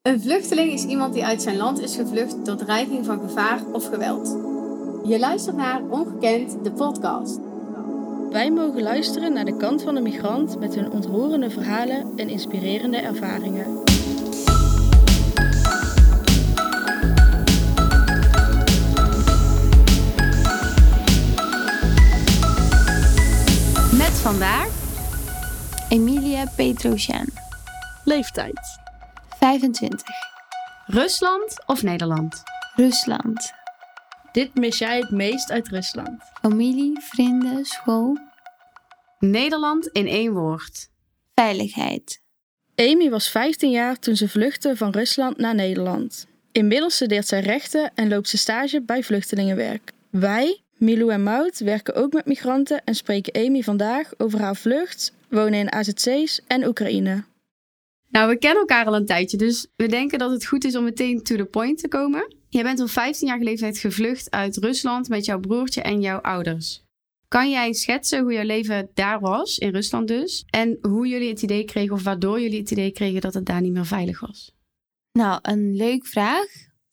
Een vluchteling is iemand die uit zijn land is gevlucht door dreiging van gevaar of geweld. Je luistert naar Ongekend, de podcast. Wij mogen luisteren naar de kant van de migrant met hun ontroerende verhalen en inspirerende ervaringen. Met vandaag Emilia Petrosyan. Leeftijd. 25. Rusland of Nederland? Rusland. Dit mis jij het meest uit Rusland? Familie, vrienden, school. Nederland in 1 woord. Veiligheid. Amy was 15 jaar toen ze vluchtte van Rusland naar Nederland. Inmiddels studeert zij rechten en loopt ze stage bij vluchtelingenwerk. Wij, Milou en Maud, werken ook met migranten en spreken Amy vandaag over haar vlucht, wonen in AZC's en Oekraïne. Nou, we kennen elkaar al een tijdje, dus we denken dat het goed is om meteen to the point te komen. Jij bent op 15-jarige leeftijd gevlucht uit Rusland met jouw broertje en jouw ouders. Kan jij schetsen hoe jouw leven daar was, in Rusland dus, en hoe jullie het idee kregen, of waardoor jullie het idee kregen dat het daar niet meer veilig was? Nou, een leuke vraag.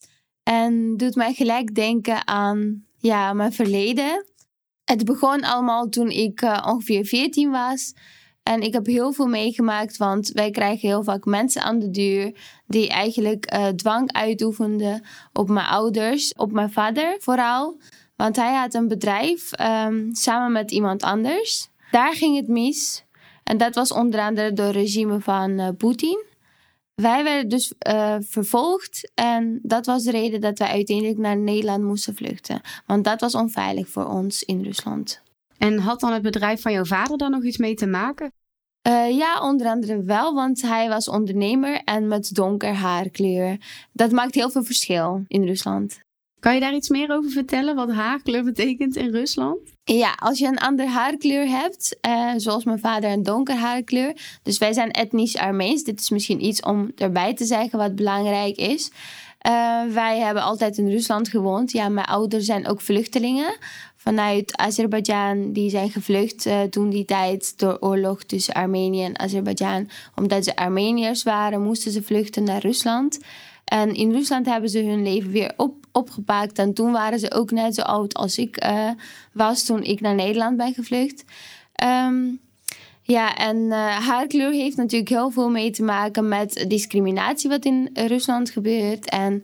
En doet mij gelijk denken aan mijn verleden. Het begon allemaal toen ik ongeveer 14 was. En ik heb heel veel meegemaakt, want wij krijgen heel vaak mensen aan de deur die eigenlijk dwang uitoefenden op mijn ouders, op mijn vader vooral. Want hij had een bedrijf samen met iemand anders. Daar ging het mis. En dat was onder andere door het regime van Poetin. Wij werden dus vervolgd en dat was de reden dat wij uiteindelijk naar Nederland moesten vluchten. Want dat was onveilig voor ons in Rusland. En had dan het bedrijf van jouw vader daar nog iets mee te maken? Ja, onder andere wel, want hij was ondernemer en met donker haarkleur. Dat maakt heel veel verschil in Rusland. Kan je daar iets meer over vertellen, wat haarkleur betekent in Rusland? Ja, als je een andere haarkleur hebt, zoals mijn vader een donker haarkleur. Dus wij zijn etnisch Armeens. Dit is misschien iets om erbij te zeggen wat belangrijk is. Wij hebben altijd in Rusland gewoond. Ja, mijn ouders zijn ook vluchtelingen vanuit Azerbeidzjan. Die zijn gevlucht toen die tijd door oorlog tussen Armenië en Azerbeidzjan. Omdat ze Armeniërs waren, moesten ze vluchten naar Rusland. En in Rusland hebben ze hun leven weer opgepakt. En toen waren ze ook net zo oud als ik was toen ik naar Nederland ben gevlucht. Haarkleur heeft natuurlijk heel veel mee te maken met discriminatie wat in Rusland gebeurt. En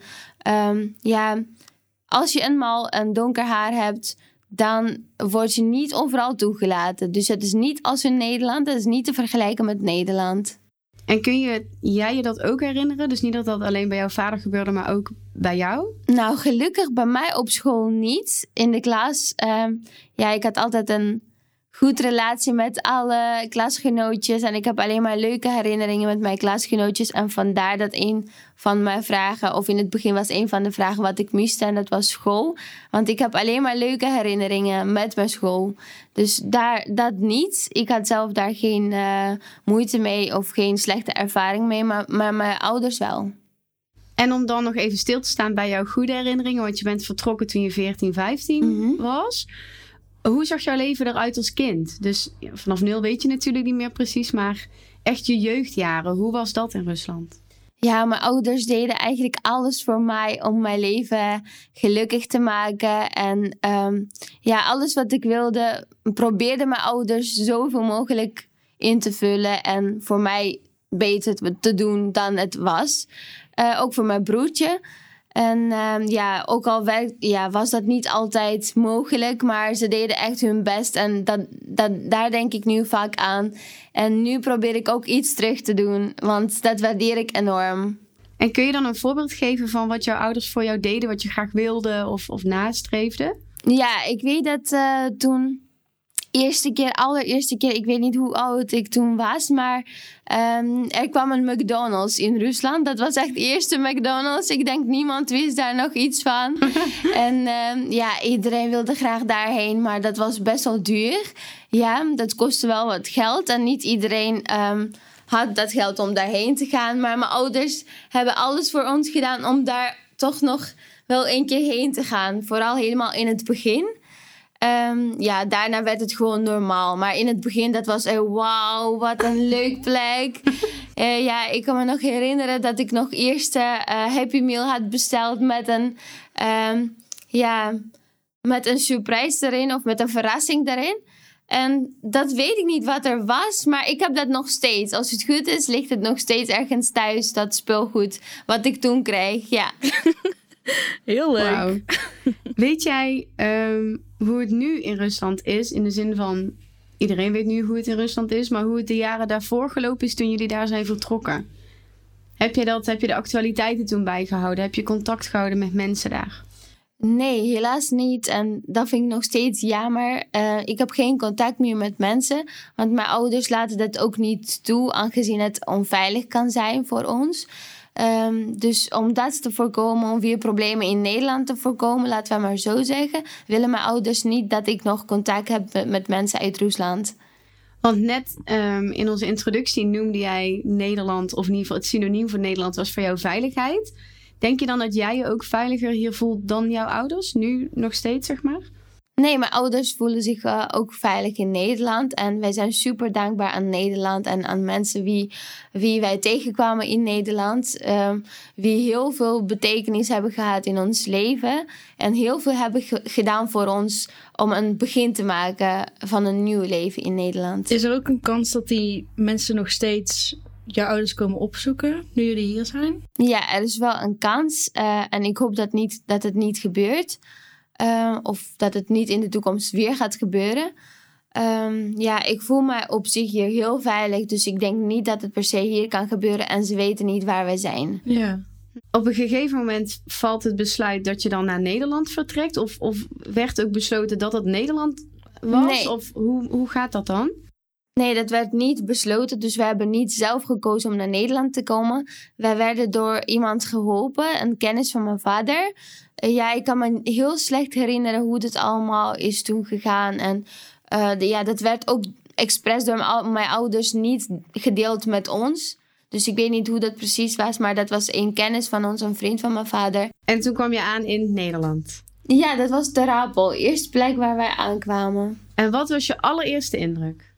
als je eenmaal een donker haar hebt, dan word je niet overal toegelaten. Dus het is niet als in Nederland, het is niet te vergelijken met Nederland. En kun jij je dat ook herinneren? Dus niet dat dat alleen bij jouw vader gebeurde, maar ook bij jou? Nou, gelukkig bij mij op school niet. In de klas, ik had altijd een goed relatie met alle klasgenootjes. En ik heb alleen maar leuke herinneringen met mijn klasgenootjes. En vandaar dat een van mijn vragen, of in het begin was een van de vragen wat ik miste. En dat was school. Want ik heb alleen maar leuke herinneringen met mijn school. Dus dat niet. Ik had zelf daar geen moeite mee of geen slechte ervaring mee. Maar mijn ouders wel. En om dan nog even stil te staan bij jouw goede herinneringen. Want je bent vertrokken toen je 14, 15 was. Hoe zag jouw leven eruit als kind? Dus vanaf 0 weet je natuurlijk niet meer precies, maar echt je jeugdjaren. Hoe was dat in Rusland? Ja, mijn ouders deden eigenlijk alles voor mij om mijn leven gelukkig te maken. En alles wat ik wilde, probeerden mijn ouders zoveel mogelijk in te vullen. En voor mij beter te doen dan het was. Ook voor mijn broertje. En ook al was dat niet altijd mogelijk, maar ze deden echt hun best. En daar denk ik nu vaak aan. En nu probeer ik ook iets terug te doen, want dat waardeer ik enorm. En kun je dan een voorbeeld geven van wat jouw ouders voor jou deden, wat je graag wilde of nastreefde? Ja, ik weet dat toen allereerste keer, ik weet niet hoe oud ik toen was, maar er kwam een McDonald's in Rusland. Dat was echt de eerste McDonald's. Ik denk niemand wist daar nog iets van. En iedereen wilde graag daarheen, maar dat was best wel duur. Ja, dat kostte wel wat geld en niet iedereen had dat geld om daarheen te gaan. Maar mijn ouders hebben alles voor ons gedaan om daar toch nog wel een keer heen te gaan. Vooral helemaal in het begin. Daarna werd het gewoon normaal. Maar in het begin, dat was wauw, wat een leuk plek. Ik kan me nog herinneren dat ik nog eerst Happy Meal had besteld met een surprise erin of met een verrassing erin. En dat weet ik niet wat er was, maar ik heb dat nog steeds. Als het goed is, ligt het nog steeds ergens thuis, dat speelgoed wat ik toen kreeg. Ja. Heel leuk. Wauw. Weet jij hoe het nu in Rusland is? In de zin van, iedereen weet nu hoe het in Rusland is, maar hoe het de jaren daarvoor gelopen is toen jullie daar zijn vertrokken. Heb je de actualiteiten toen bijgehouden? Heb je contact gehouden met mensen daar? Nee, helaas niet. En dat vind ik nog steeds jammer. Ik heb geen contact meer met mensen. Want mijn ouders laten dat ook niet toe, aangezien het onveilig kan zijn voor ons. Dus om dat te voorkomen, om weer problemen in Nederland te voorkomen, laten we maar zo zeggen, willen mijn ouders niet dat ik nog contact heb met mensen uit Rusland. Want net in onze introductie noemde jij Nederland, of in ieder geval het synoniem voor Nederland was voor jou veiligheid. Denk je dan dat jij je ook veiliger hier voelt dan jouw ouders? Nu nog steeds, zeg maar? Nee, mijn ouders voelen zich ook veilig in Nederland. En wij zijn super dankbaar aan Nederland en aan mensen wie wij tegenkwamen in Nederland. Wie heel veel betekenis hebben gehad in ons leven. En heel veel hebben gedaan voor ons om een begin te maken van een nieuw leven in Nederland. Is er ook een kans dat die mensen nog steeds jouw ouders komen opzoeken nu jullie hier zijn? Ja, er is wel een kans. En ik hoop dat het niet gebeurt. Of dat het niet in de toekomst weer gaat gebeuren. Ik voel me op zich hier heel veilig. Dus ik denk niet dat het per se hier kan gebeuren. En ze weten niet waar wij zijn. Ja. Op een gegeven moment valt het besluit dat je dan naar Nederland vertrekt? Of werd ook besloten dat het Nederland was? Nee. Of hoe gaat dat dan? Nee, dat werd niet besloten. Dus we hebben niet zelf gekozen om naar Nederland te komen. Wij werden door iemand geholpen. Een kennis van mijn vader. Ik kan me heel slecht herinneren hoe het allemaal is toen gegaan. En dat werd ook expres door mijn ouders niet gedeeld met ons. Dus ik weet niet hoe dat precies was. Maar dat was een kennis van ons, een vriend van mijn vader. En toen kwam je aan in Nederland? Ja, dat was Ter Apel. Eerste plek waar wij aankwamen. En wat was je allereerste indruk?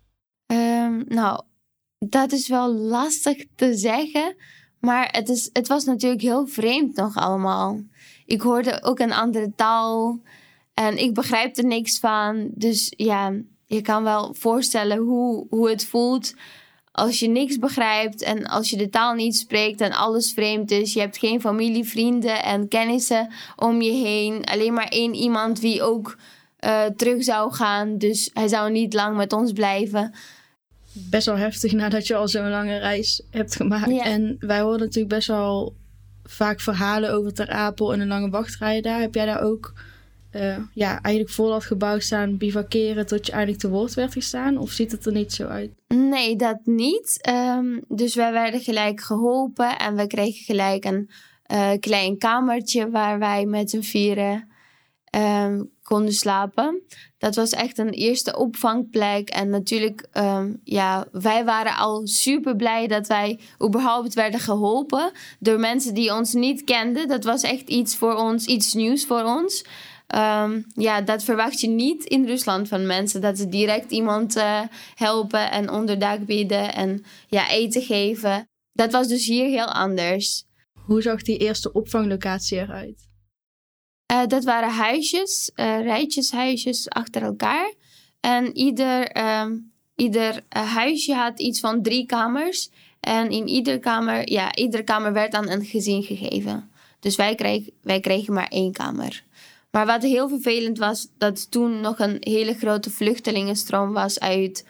Dat is wel lastig te zeggen. Maar het was natuurlijk heel vreemd nog allemaal. Ik hoorde ook een andere taal. En ik begrijp er niks van. Dus ja, je kan wel voorstellen hoe het voelt als je niks begrijpt. En als je de taal niet spreekt en alles vreemd is. Je hebt geen familie, vrienden en kennissen om je heen. Alleen maar één iemand wie ook terug zou gaan. Dus hij zou niet lang met ons blijven. Best wel heftig nadat je al zo'n lange reis hebt gemaakt. Ja. En wij horen natuurlijk best wel vaak verhalen over Ter Apel en een lange wachtrij daar. Heb jij daar ook eigenlijk voor dat gebouw staan bivakeren tot je eindelijk te woord werd gestaan? Of ziet het er niet zo uit? Nee, dat niet. Dus wij werden gelijk geholpen en we kregen gelijk een klein kamertje waar wij met z'n vieren konden slapen. Dat was echt een eerste opvangplek. En natuurlijk, wij waren al super blij dat wij überhaupt werden geholpen door mensen die ons niet kenden. Dat was echt iets voor ons, iets nieuws voor ons. Dat verwacht je niet in Rusland van mensen. Dat ze direct iemand helpen en onderdak bieden en eten geven. Dat was dus hier heel anders. Hoe zag die eerste opvanglocatie eruit? Dat waren huisjes, rijtjeshuisjes achter elkaar. En ieder huisje had iets van 3 kamers. En in iedere kamer werd aan een gezin gegeven. Dus wij kregen maar 1 kamer. Maar wat heel vervelend was, dat toen nog een hele grote vluchtelingenstroom was uit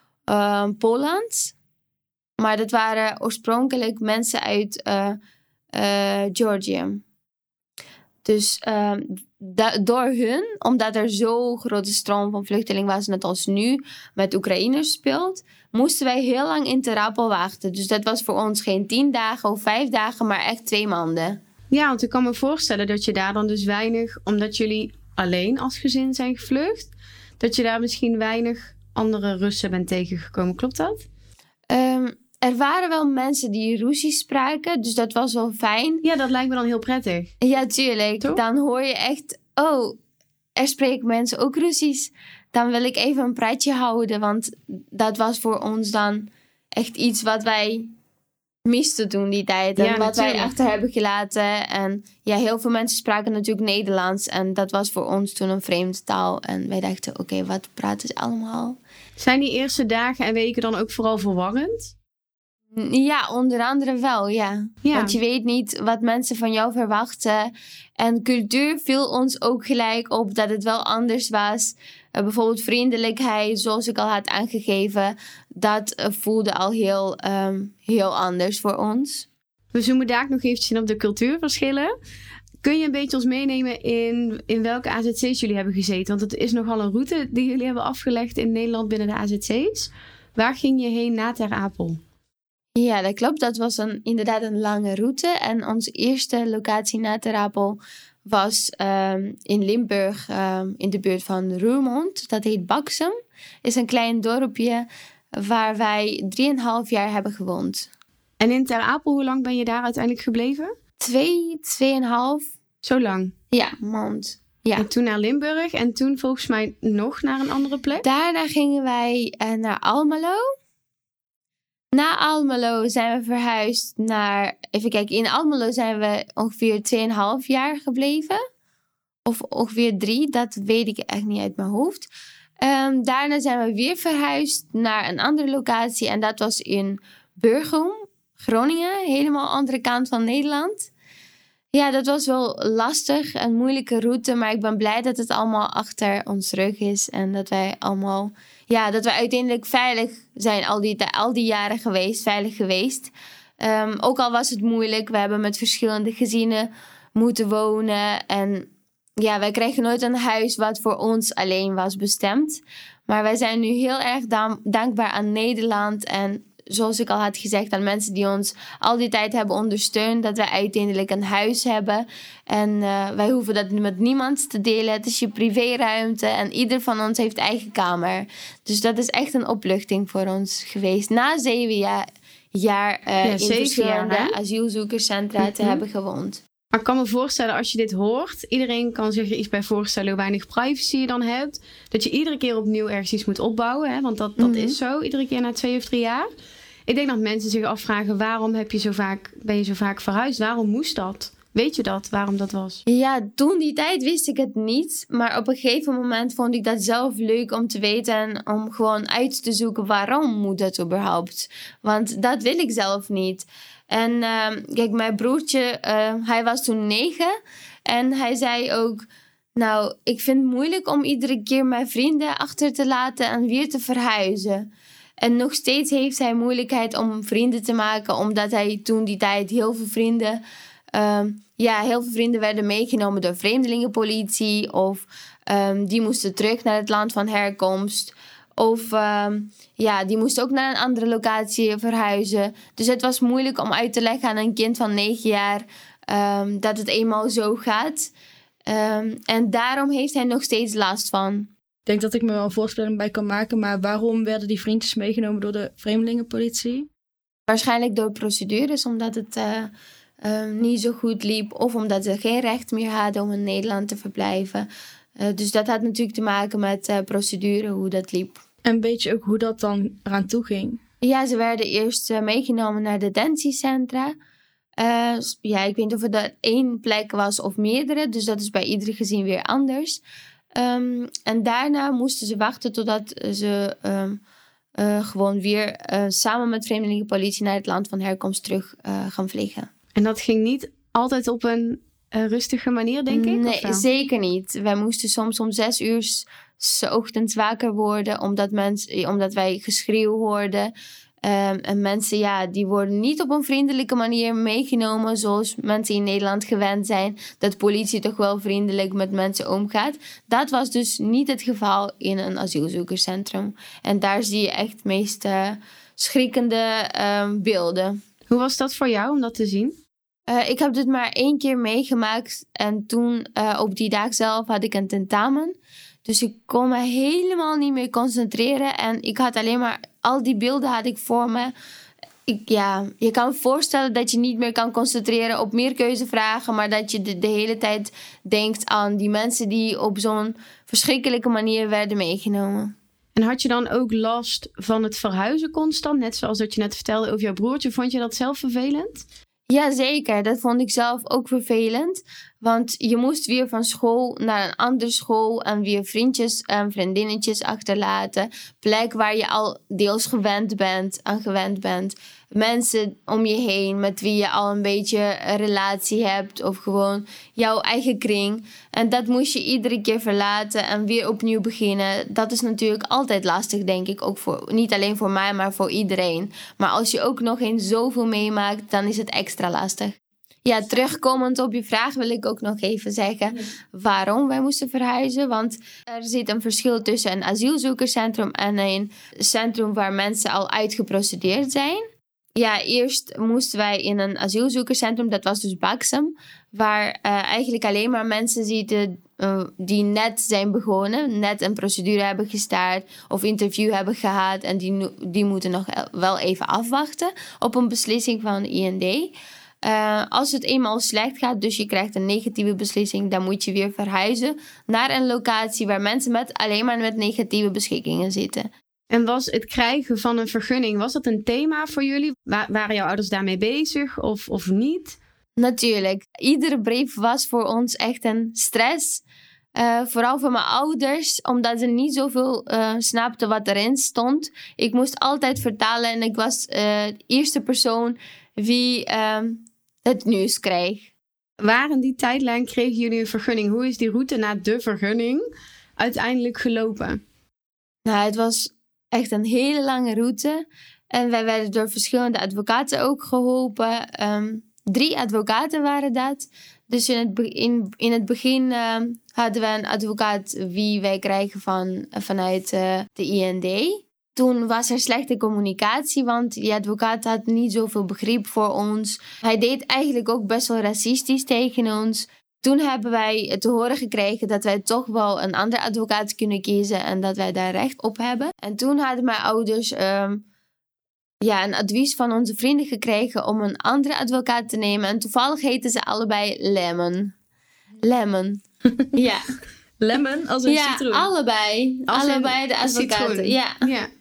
Poland. Maar dat waren oorspronkelijk mensen uit Georgië. Dus door hun, omdat er zo'n grote stroom van vluchtelingen was, net als nu met Oekraïners speelt, moesten wij heel lang in Ter Apel wachten. Dus dat was voor ons geen 10 dagen of 5 dagen, maar echt 2 maanden. Ja, want ik kan me voorstellen dat je daar dan dus weinig, omdat jullie alleen als gezin zijn gevlucht, dat je daar misschien weinig andere Russen bent tegengekomen. Klopt dat? Er waren wel mensen die Russisch spraken, dus dat was wel fijn. Ja, dat lijkt me dan heel prettig. Ja, tuurlijk. Toch? Dan hoor je echt, er spreken mensen ook Russisch. Dan wil ik even een praatje houden, want dat was voor ons dan echt iets wat wij miste toen die tijd. En Ja, wat wij natuurlijk. achter hebben gelaten. En ja, heel veel mensen spraken natuurlijk Nederlands. En dat was voor ons toen een vreemde taal. En wij dachten, oké, wat praten ze allemaal? Zijn die eerste dagen en weken dan ook vooral verwarrend? Ja, onder andere wel, ja. Ja. Want je weet niet wat mensen van jou verwachten. En cultuur viel ons ook gelijk op dat het wel anders was. Bijvoorbeeld vriendelijkheid, zoals ik al had aangegeven. Dat voelde al heel anders voor ons. We zoomen daar nog eventjes op de cultuurverschillen. Kun je een beetje ons meenemen in welke AZC's jullie hebben gezeten? Want het is nogal een route die jullie hebben afgelegd in Nederland binnen de AZC's. Waar ging je heen na Ter Apel? Ja, dat klopt. Dat was inderdaad een lange route. En onze eerste locatie na Ter Apel was in Limburg, in de buurt van Roermond. Dat heet Baksem. Is een klein dorpje waar wij 3,5 jaar hebben gewoond. En in Ter Apel, hoe lang ben je daar uiteindelijk gebleven? 2,5. Zo lang. Ja, maand. Ja. En toen naar Limburg en toen volgens mij nog naar een andere plek? Daarna gingen wij naar Almelo. Na Almelo zijn we verhuisd naar... Even kijken, in Almelo zijn we ongeveer 2,5 jaar gebleven. Of ongeveer 3, dat weet ik echt niet uit mijn hoofd. Daarna zijn we weer verhuisd naar een andere locatie. En dat was in Burgum, Groningen. Helemaal andere kant van Nederland. Ja, dat was wel lastig, een moeilijke route. Maar ik ben blij dat het allemaal achter ons rug is. En dat wij allemaal... Ja, dat we uiteindelijk veilig zijn al die jaren geweest, veilig geweest. Ook al was het moeilijk, we hebben met verschillende gezinnen moeten wonen. En ja, wij kregen nooit een huis wat voor ons alleen was bestemd. Maar wij zijn nu heel erg dankbaar aan Nederland. En zoals ik al had gezegd, aan mensen die ons al die tijd hebben ondersteund. Dat wij uiteindelijk een huis hebben. En wij hoeven dat met niemand te delen. Het is je privéruimte en ieder van ons heeft eigen kamer. Dus dat is echt een opluchting voor ons geweest. Na 7 jaar in 7 verschillende jaar, hè? asielzoekerscentra te hebben gewoond. Maar ik kan me voorstellen, als je dit hoort... Iedereen kan zich er iets bij voorstellen hoe weinig privacy je dan hebt. Dat je iedere keer opnieuw ergens iets moet opbouwen. Hè? Want dat is zo, iedere keer na 2 of 3 jaar. Ik denk dat mensen zich afvragen, waarom ben je zo vaak verhuisd? Waarom moest dat? Weet je dat, waarom dat was? Ja, toen die tijd wist ik het niet. Maar op een gegeven moment vond ik dat zelf leuk om te weten. En om gewoon uit te zoeken waarom moet dat überhaupt. Want dat wil ik zelf niet. En kijk, mijn broertje, hij was toen 9. En hij zei ook... Nou, ik vind het moeilijk om iedere keer mijn vrienden achter te laten en weer te verhuizen. En nog steeds heeft hij moeilijkheid om vrienden te maken. Omdat hij toen die tijd heel veel vrienden werden meegenomen door vreemdelingenpolitie. Of die moesten terug naar het land van herkomst. Of die moesten ook naar een andere locatie verhuizen. Dus het was moeilijk om uit te leggen aan een kind van 9 jaar dat het eenmaal zo gaat. En daarom heeft hij nog steeds last van. Ik denk dat ik me wel een voorstelling bij kan maken, maar waarom werden die vriendjes meegenomen door de vreemdelingenpolitie? Waarschijnlijk door procedures, omdat het niet zo goed liep. Of omdat ze geen recht meer hadden om in Nederland te verblijven. Dus dat had natuurlijk te maken met procedure, hoe dat liep. En weet je ook hoe dat dan eraan toe ging? Ja, ze werden eerst meegenomen naar detentiecentra. Ik weet niet of het er 1 plek was of meerdere. Dus dat is bij ieder gezin weer anders. En daarna moesten ze wachten totdat ze gewoon weer samen met vreemdelingenpolitie naar het land van herkomst terug gaan vliegen. En dat ging niet altijd op een rustige manier, denk ik? Nee, zeker niet. Wij moesten soms om 6 uur 's ochtends wakker worden, omdat wij geschreeuw hoorden. En mensen, die worden niet op een vriendelijke manier meegenomen, zoals mensen in Nederland gewend zijn, dat politie toch wel vriendelijk met mensen omgaat. Dat was dus niet het geval in een asielzoekerscentrum. En daar zie je echt het meest schrikkende beelden. Hoe was dat voor jou om dat te zien? Ik heb dit maar 1 keer meegemaakt en toen op die dag zelf had ik een tentamen. Dus ik kon me helemaal niet meer concentreren en ik had alleen maar al die beelden had ik voor me. Je kan me voorstellen dat je niet meer kan concentreren op meer keuzevragen, maar dat je de hele tijd denkt aan die mensen die op zo'n verschrikkelijke manier werden meegenomen. En had je dan ook last van het verhuizen constant? Net zoals dat je net vertelde over jouw broertje. Vond je dat zelf vervelend? Jazeker, dat vond ik zelf ook vervelend. Want je moest weer van school naar een andere school en weer vriendjes en vriendinnetjes achterlaten. Plek waar je al deels aan gewend bent. Mensen om je heen met wie je al een beetje een relatie hebt of gewoon jouw eigen kring. En dat moest je iedere keer verlaten en weer opnieuw beginnen. Dat is natuurlijk altijd lastig, denk ik. Ook niet alleen voor mij, maar voor iedereen. Maar als je ook nog eens zoveel meemaakt, dan is het extra lastig. Ja, terugkomend op je vraag wil ik ook nog even zeggen waarom wij moesten verhuizen. Want er zit een verschil tussen een asielzoekerscentrum en een centrum waar mensen al uitgeprocedeerd zijn. Ja, eerst moesten wij in een asielzoekerscentrum, dat was dus Baksem, waar eigenlijk alleen maar mensen zitten die net zijn begonnen, net een procedure hebben gestart of interview hebben gehad en die moeten nog wel even afwachten op een beslissing van IND. Als het eenmaal slecht gaat, dus je krijgt een negatieve beslissing, dan moet je weer verhuizen naar een locatie waar mensen alleen maar met negatieve beschikkingen zitten. En was het krijgen van een vergunning, was dat een thema voor jullie? Waren jouw ouders daarmee bezig of niet? Natuurlijk. Iedere brief was voor ons echt een stress. Vooral voor mijn ouders, omdat ze niet zoveel snapten wat erin stond. Ik moest altijd vertalen en ik was de eerste persoon wie het nieuws kreeg. Waar in die tijdlijn kregen jullie een vergunning? Hoe is die route naar de vergunning uiteindelijk gelopen? Nou, het was echt een hele lange route. En wij werden door verschillende advocaten ook geholpen. 3 advocaten waren dat. Dus in het begin hadden we een advocaat wie wij krijgen vanuit de IND. Toen was er slechte communicatie, want die advocaat had niet zoveel begrip voor ons. Hij deed eigenlijk ook best wel racistisch tegen ons. Toen hebben wij te horen gekregen dat wij toch wel een andere advocaat kunnen kiezen en dat wij daar recht op hebben. En toen hadden mijn ouders een advies van onze vrienden gekregen om een andere advocaat te nemen. En toevallig heten ze allebei Lemon. Ja. Lemon als een citroen? Ja, allebei. Allebei de advocaten. Ja.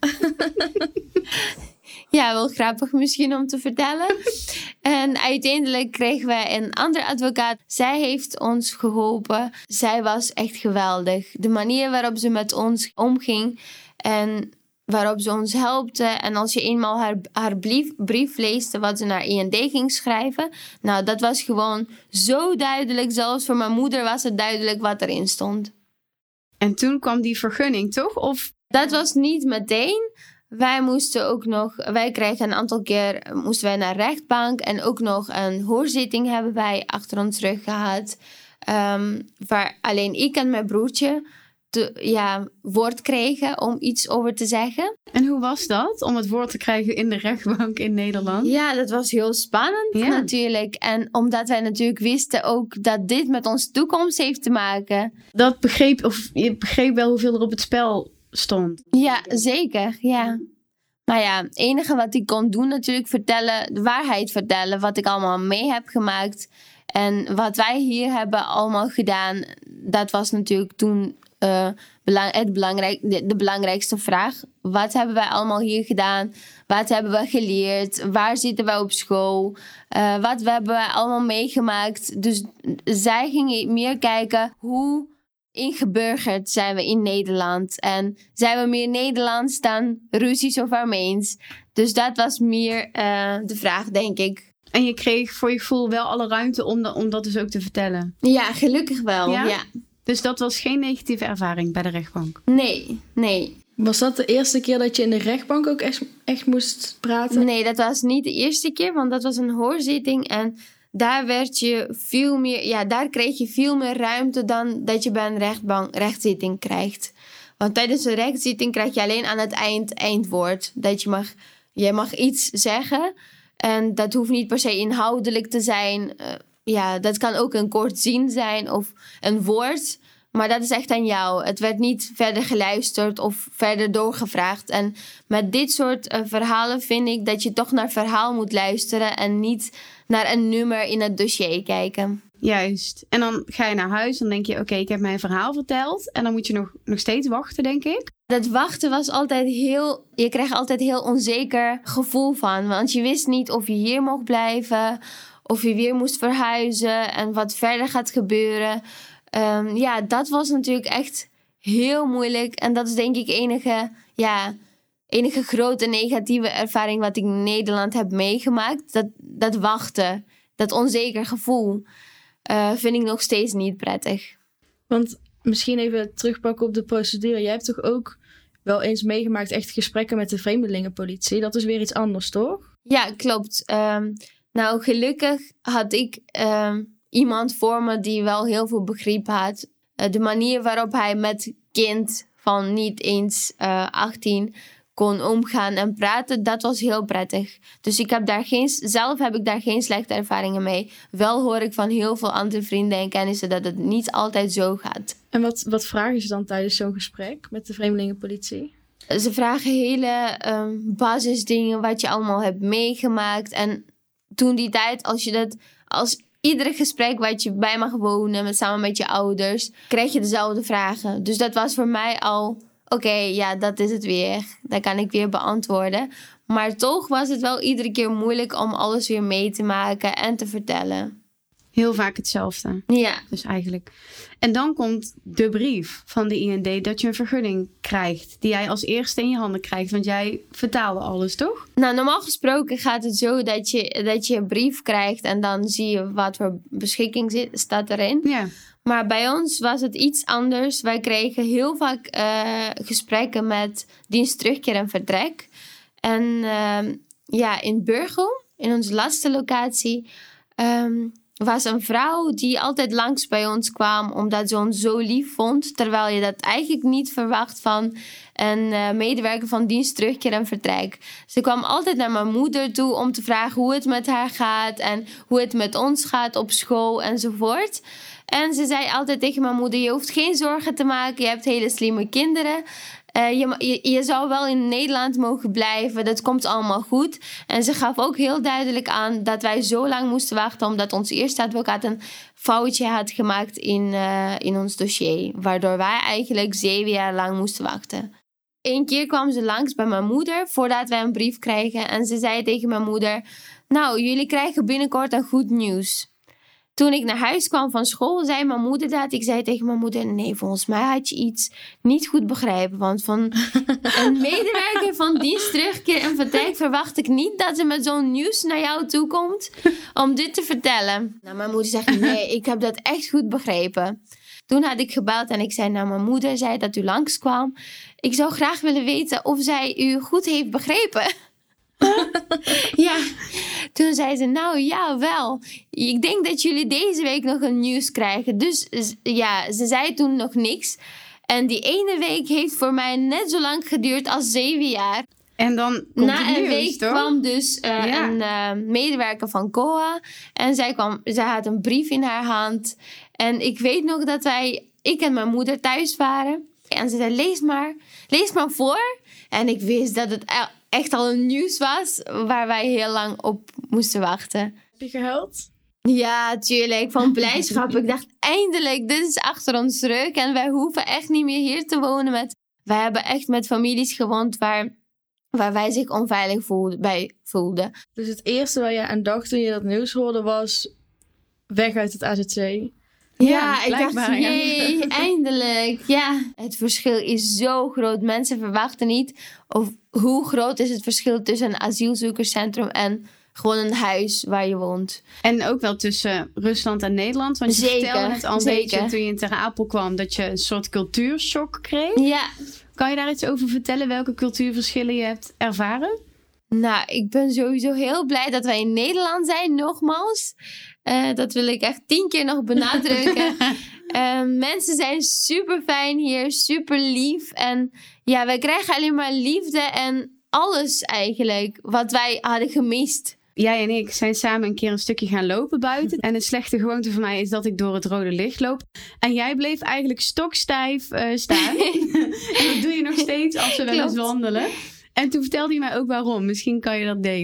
Ja, wel grappig misschien om te vertellen. En uiteindelijk kregen wij een andere advocaat. Zij heeft ons geholpen. Zij was echt geweldig. De manier waarop ze met ons omging en waarop ze ons helpte. En als je eenmaal haar brief leest wat ze naar IND ging schrijven. Nou, dat was gewoon zo duidelijk. Zelfs voor mijn moeder was het duidelijk wat erin stond. En toen kwam die vergunning, toch? Of? Dat was niet meteen. Wij kregen een aantal keer moesten wij naar rechtbank. En ook nog een hoorzitting hebben wij achter ons rug gehad. Waar alleen ik en mijn broertje woord kregen om iets over te zeggen. En hoe was dat om het woord te krijgen in de rechtbank in Nederland? Ja, dat was heel spannend natuurlijk. En omdat wij natuurlijk wisten ook dat dit met onze toekomst heeft te maken. Je begreep wel hoeveel er op het spel stond. Ja, zeker. Ja. Maar ja, het enige wat ik kon doen natuurlijk de waarheid vertellen. Wat ik allemaal mee heb gemaakt. En wat wij hier hebben allemaal gedaan. Dat was natuurlijk toen de belangrijkste vraag. Wat hebben wij allemaal hier gedaan? Wat hebben we geleerd? Waar zitten wij op school? Wat hebben wij allemaal meegemaakt? Dus zij gingen meer kijken hoe ingeburgerd zijn we in Nederland. En zijn we meer Nederlands dan Russisch of Armeens? Dus dat was meer de vraag, denk ik. En je kreeg voor je gevoel wel alle ruimte om dat dus ook te vertellen? Ja, gelukkig wel. Ja. Dus dat was geen negatieve ervaring bij de rechtbank? Nee. Was dat de eerste keer dat je in de rechtbank ook echt moest praten? Nee, dat was niet de eerste keer, want dat was een hoorzitting. En daar daar kreeg je veel meer ruimte dan dat je bij een rechtszitting krijgt. Want tijdens een rechtszitting krijg je alleen aan het eindwoord. Dat je mag iets zeggen. En dat hoeft niet per se inhoudelijk te zijn. Dat kan ook een kort zin zijn of een woord. Maar dat is echt aan jou. Het werd niet verder geluisterd of verder doorgevraagd. En met dit soort verhalen vind ik dat je toch naar verhaal moet luisteren en niet naar een nummer in het dossier kijken. Juist. En dan ga je naar huis. Dan denk je, oké, ik heb mijn verhaal verteld. En dan moet je nog steeds wachten, denk ik. Dat wachten was altijd je kreeg altijd heel onzeker gevoel van. Want je wist niet of je hier mocht blijven. Of je weer moest verhuizen. En wat verder gaat gebeuren. Dat was natuurlijk echt heel moeilijk. En dat is denk ik enige grote negatieve ervaring wat ik in Nederland heb meegemaakt. Dat wachten. Dat onzeker gevoel. Vind ik nog steeds niet prettig. Want misschien even terugpakken op de procedure. Jij hebt toch ook wel eens meegemaakt echt gesprekken met de vreemdelingenpolitie. Dat is weer iets anders, toch? Ja, klopt. Gelukkig had ik iemand voor me die wel heel veel begrip had. De manier waarop hij met kind van niet eens 18 kon omgaan en praten, dat was heel prettig. Dus zelf heb ik daar geen slechte ervaringen mee. Wel hoor ik van heel veel andere vrienden en kennissen dat het niet altijd zo gaat. En wat vragen ze dan tijdens zo'n gesprek met de vreemdelingenpolitie? Ze vragen hele basisdingen wat je allemaal hebt meegemaakt. En toen die tijd, als iedere gesprek wat je bij mag wonen samen met je ouders, krijg je dezelfde vragen. Dus dat was voor mij al, oké, dat is het weer. Dat kan ik weer beantwoorden. Maar toch was het wel iedere keer moeilijk om alles weer mee te maken en te vertellen. Heel vaak hetzelfde. Ja. Dus eigenlijk. En dan komt de brief van de IND dat je een vergunning krijgt. Die jij als eerste in je handen krijgt. Want jij vertaalde alles, toch? Nou, normaal gesproken gaat het zo dat je een brief krijgt. En dan zie je wat voor beschikking staat erin. Ja. Maar bij ons was het iets anders. Wij kregen heel vaak gesprekken met dienst terugkeer en vertrek. En in Burgel, in onze laatste locatie, was een vrouw die altijd langs bij ons kwam omdat ze ons zo lief vond. Terwijl je dat eigenlijk niet verwacht van een medewerker van dienst terugkeer en vertrek. Ze kwam altijd naar mijn moeder toe om te vragen hoe het met haar gaat en hoe het met ons gaat op school enzovoort. En ze zei altijd tegen mijn moeder, je hoeft geen zorgen te maken, je hebt hele slimme kinderen. Je zou wel in Nederland mogen blijven, dat komt allemaal goed. En ze gaf ook heel duidelijk aan dat wij zo lang moesten wachten, omdat onze eerste advocaat een foutje had gemaakt in ons dossier. Waardoor wij eigenlijk 7 jaar lang moesten wachten. 1 keer kwam ze langs bij mijn moeder voordat wij een brief kregen. En ze zei tegen mijn moeder, nou, jullie krijgen binnenkort een goed nieuws. Toen ik naar huis kwam van school, zei mijn moeder dat. Ik zei tegen mijn moeder, nee, volgens mij had je iets niet goed begrepen. Want van een medewerker van dienst terugkeer en vertrek verwacht ik niet dat ze met zo'n nieuws naar jou toe komt om dit te vertellen. Nou, mijn moeder zegt, nee, ik heb dat echt goed begrepen. Toen had ik gebeld en ik zei, nou, mijn moeder zei dat u langskwam. Ik zou graag willen weten of zij u goed heeft begrepen. Ja, toen zei ze, nou ja, wel. Ik denk dat jullie deze week nog een nieuws krijgen. Dus ja, ze zei toen nog niks. En die ene week heeft voor mij net zo lang geduurd als 7 jaar. En dan komt na het een nieuws, week toch? kwam dus een medewerker van COA. En zij had een brief in haar hand. En ik weet nog dat ik en mijn moeder thuis waren. En ze zei, lees maar voor. En ik wist dat het echt al een nieuws was waar wij heel lang op moesten wachten. Heb je gehuild? Ja, tuurlijk. Van blijdschap. Ik dacht, eindelijk, dit is achter ons rug. En wij hoeven echt niet meer hier te wonen. Wij hebben echt met families gewoond waar wij zich onveilig voelden. Dus het eerste waar je aan dacht toen je dat nieuws hoorde was weg uit het AZC. Ja, ik dacht, jee, eindelijk. Ja, het verschil is zo groot. Mensen verwachten niet hoe groot is het verschil tussen een asielzoekerscentrum en gewoon een huis waar je woont. En ook wel tussen Rusland en Nederland. Want je vertelde het al een beetje toen je in Ter Apel kwam dat je een soort cultuurshock kreeg. Ja. Kan je daar iets over vertellen? Welke cultuurverschillen je hebt ervaren? Nou, ik ben sowieso heel blij dat wij in Nederland zijn, nogmaals. Dat wil ik echt 10 keer nog benadrukken. Mensen zijn super fijn hier, super lief. En ja, wij krijgen alleen maar liefde en alles eigenlijk wat wij hadden gemist. Jij en ik zijn samen een keer een stukje gaan lopen buiten. En een slechte gewoonte van mij is dat ik door het rode licht loop. En jij bleef eigenlijk stokstijf staan. En dat doe je nog steeds als we wel eens wandelen. En toen vertelde je mij ook waarom. Misschien kan je dat delen.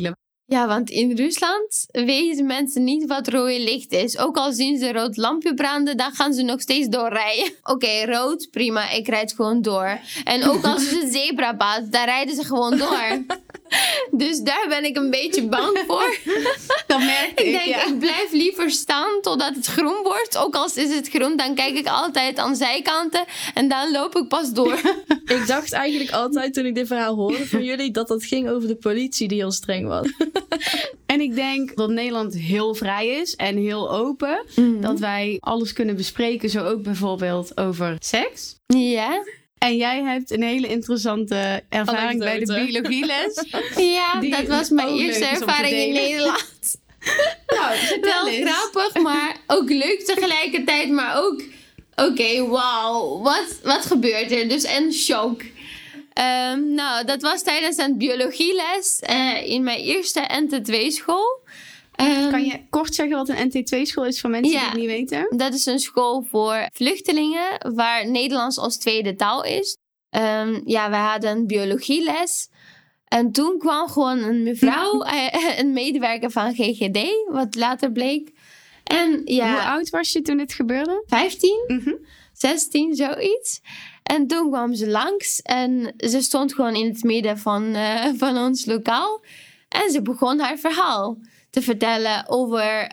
Ja, want in Rusland weten mensen niet wat rode licht is. Ook al zien ze een rood lampje branden, dan gaan ze nog steeds doorrijden. Oké, rood, prima, ik rijd gewoon door. En ook als het een zebrapad, dan rijden ze gewoon door. Dus daar ben ik een beetje bang voor. Dat merk Ik denk, ik blijf liever staan totdat het groen wordt. Ook al is het groen, dan kijk ik altijd aan zijkanten. En dan loop ik pas door. Ik dacht eigenlijk altijd toen ik dit verhaal hoorde van jullie dat het ging over de politie die heel streng was. En ik denk dat Nederland heel vrij is en heel open. Dat wij alles kunnen bespreken. Zo ook bijvoorbeeld over seks. Ja. En jij hebt een hele interessante ervaring bij de biologieles. Ja, dat was mijn ook eerste leuk is om te ervaring in delen. Nederland. Nou, vertel Wel eens. grappig, maar ook leuk tegelijkertijd. Maar ook, oké, wauw, wat gebeurt er? Dus een shock. Nou, dat was tijdens een biologieles in mijn eerste NT2-school. Kan je kort zeggen wat een NT2-school is voor mensen die het niet weten? Dat is een school voor vluchtelingen waar Nederlands als tweede taal is. Ja, we hadden een biologieles. En toen kwam gewoon een mevrouw, een medewerker van GGD, wat later bleek. En ja, Hoe oud was je toen dit gebeurde? 15, 16, zoiets. En toen kwam ze langs en ze stond gewoon in het midden van ons lokaal. En ze begon haar verhaal te vertellen over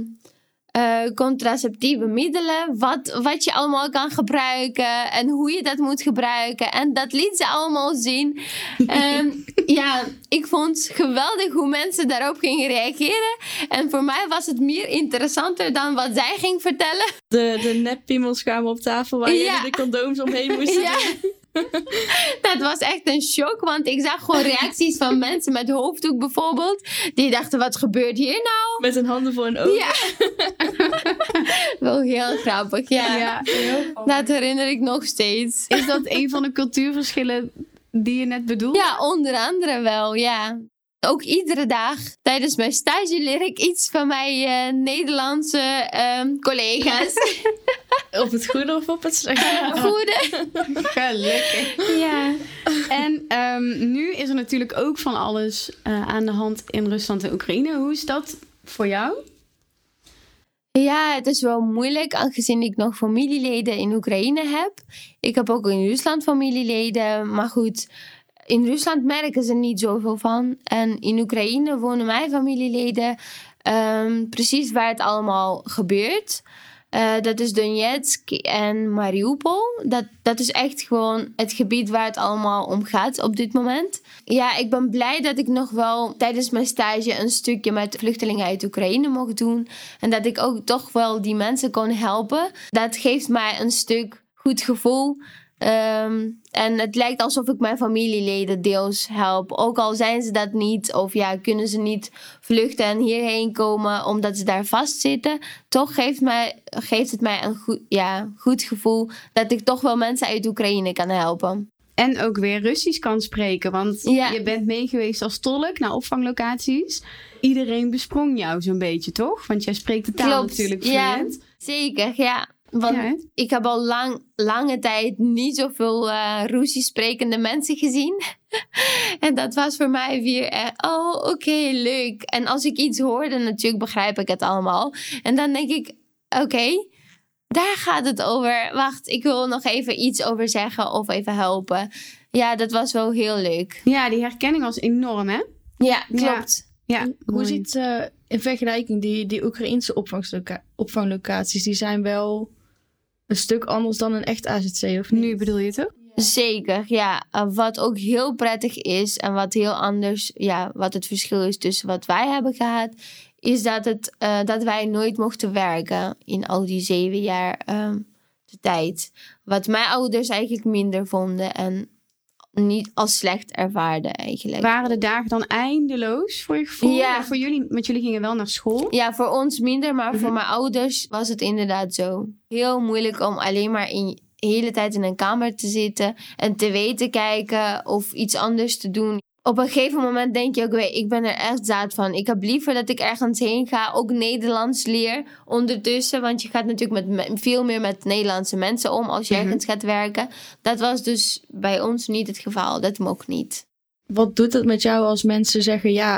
contraceptieve middelen. Wat je allemaal kan gebruiken en hoe je dat moet gebruiken. En dat liet ze allemaal zien. Ja, ik vond het geweldig hoe mensen daarop gingen reageren. En voor mij was het meer interessanter dan wat zij ging vertellen. De neppiemels kwamen op tafel waar jullie de condooms omheen moesten doen. Dat was echt een shock, want ik zag gewoon reacties van mensen met hoofddoek bijvoorbeeld. Die dachten, wat gebeurt hier nou? Met hun handen voor hun ogen. Ja. Wel heel grappig, ja. Dat herinner ik nog steeds. Is dat een van de cultuurverschillen die je net bedoelt? Ja, onder andere wel, ja. Ook iedere dag tijdens mijn stage leer ik iets van mijn Nederlandse collega's. Op het goede of op het slechte? Goede. Gelukkig. Ja. En nu is er natuurlijk ook van alles aan de hand in Rusland en Oekraïne. Hoe is dat voor jou? Ja, het is wel moeilijk aangezien ik nog familieleden in Oekraïne heb. Ik heb ook in Rusland familieleden, maar goed, in Rusland merken ze niet zoveel van. En in Oekraïne wonen mijn familieleden precies waar het allemaal gebeurt. Dat is Donetsk en Mariupol. Dat is echt gewoon het gebied waar het allemaal om gaat op dit moment. Ja, ik ben blij dat ik nog wel tijdens mijn stage een stukje met vluchtelingen uit Oekraïne mocht doen. En dat ik ook toch wel die mensen kon helpen. Dat geeft mij een stuk goed gevoel. En het lijkt alsof ik mijn familieleden deels help. Ook al zijn ze dat niet. Of ja, kunnen ze niet vluchten en hierheen komen omdat ze daar vastzitten. Toch geeft het mij een goed gevoel dat ik toch wel mensen uit Oekraïne kan helpen. En ook weer Russisch kan spreken. Want je bent meegeweest als tolk naar opvanglocaties. Iedereen besprong jou zo'n beetje, toch? Want jij spreekt de taal natuurlijk vloeiend. Ja, zeker, ja. Want ik heb al lange tijd niet zoveel Russisch sprekende mensen gezien. En dat was voor mij weer oké, leuk. En als ik iets hoorde, natuurlijk begrijp ik het allemaal. En dan denk ik, oké, daar gaat het over. Wacht, ik wil nog even iets over zeggen of even helpen. Ja, dat was wel heel leuk. Ja, die herkenning was enorm, hè? Ja, klopt. Ja, hoe ziet in vergelijking die Oekraïense opvanglocaties, die zijn wel een stuk anders dan een echt AZC, of niet? Nu bedoel je het ook? Zeker, ja. Wat ook heel prettig is en wat heel anders, ja, wat het verschil is tussen wat wij hebben gehad, is dat wij nooit mochten werken in al die 7 jaar de tijd. Wat mijn ouders eigenlijk minder vonden en niet als slecht ervaarden eigenlijk. Waren de dagen dan eindeloos voor je gevoel? Ja. Voor jullie, want jullie gingen wel naar school. Ja, voor ons minder, maar voor mijn ouders was het inderdaad zo. Heel moeilijk om alleen maar de hele tijd in een kamer te zitten en tv te kijken of iets anders te doen. Op een gegeven moment denk je ook, ik ben er echt zaad van. Ik heb liever dat ik ergens heen ga, ook Nederlands leer ondertussen. Want je gaat natuurlijk veel meer met Nederlandse mensen om als je ergens gaat werken. Dat was dus bij ons niet het geval. Dat mocht niet. Wat doet het met jou als mensen zeggen, ja,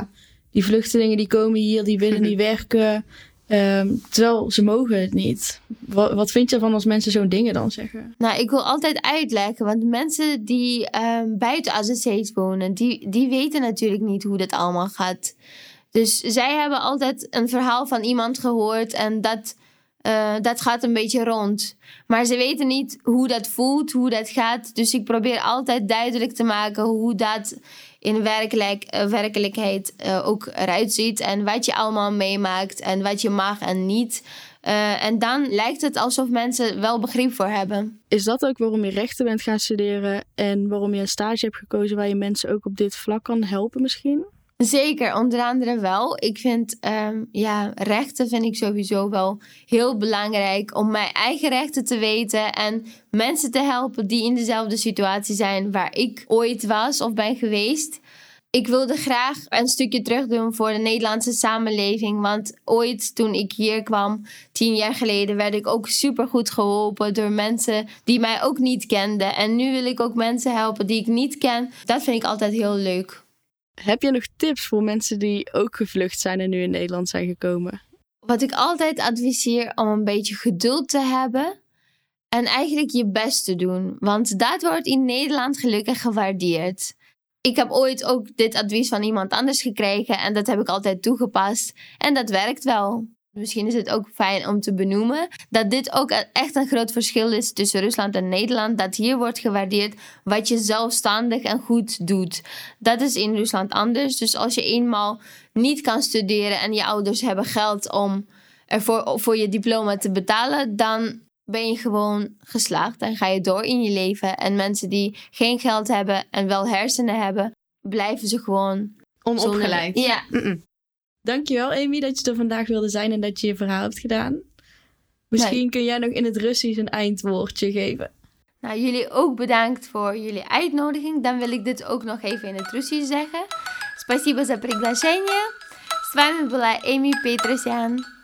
die vluchtelingen die komen hier, die willen niet werken. Terwijl ze mogen het niet. Wat vind je ervan als mensen zo'n dingen dan zeggen? Nou, ik wil altijd uitleggen, want mensen die buiten AZC's wonen, die weten natuurlijk niet hoe dat allemaal gaat. Dus zij hebben altijd een verhaal van iemand gehoord en dat gaat een beetje rond. Maar ze weten niet hoe dat voelt, hoe dat gaat. Dus ik probeer altijd duidelijk te maken hoe dat in werkelijkheid ook eruit ziet. En wat je allemaal meemaakt en wat je mag en niet. En dan lijkt het alsof mensen wel begrip voor hebben. Is dat ook waarom je rechten bent gaan studeren en waarom je een stage hebt gekozen waar je mensen ook op dit vlak kan helpen misschien? Zeker, onder andere wel. Ik vind rechten vind ik sowieso wel heel belangrijk om mijn eigen rechten te weten en mensen te helpen die in dezelfde situatie zijn waar ik ooit was of ben geweest. Ik wilde graag een stukje terug doen voor de Nederlandse samenleving, want ooit toen ik hier kwam, 10 jaar geleden, werd ik ook supergoed geholpen door mensen die mij ook niet kenden. En nu wil ik ook mensen helpen die ik niet ken. Dat vind ik altijd heel leuk. Heb je nog tips voor mensen die ook gevlucht zijn en nu in Nederland zijn gekomen? Wat ik altijd adviseer om een beetje geduld te hebben en eigenlijk je best te doen. Want dat wordt in Nederland gelukkig gewaardeerd. Ik heb ooit ook dit advies van iemand anders gekregen en dat heb ik altijd toegepast. En dat werkt wel. Misschien is het ook fijn om te benoemen dat dit ook echt een groot verschil is tussen Rusland en Nederland. Dat hier wordt gewaardeerd wat je zelfstandig en goed doet. Dat is in Rusland anders. Dus als je eenmaal niet kan studeren en je ouders hebben geld om ervoor voor je diploma te betalen, dan ben je gewoon geslaagd en ga je door in je leven. En mensen die geen geld hebben en wel hersenen hebben, blijven ze gewoon onopgeleid. Ja. Dankjewel Amy dat je er vandaag wilde zijn en dat je je verhaal hebt gedaan. Misschien kun jij nog in het Russisch een eindwoordje geven. Nou, jullie ook bedankt voor jullie uitnodiging. Dan wil ik dit ook nog even in het Russisch zeggen. Спасибо за приглашение. С вами была Amy Petrosyan.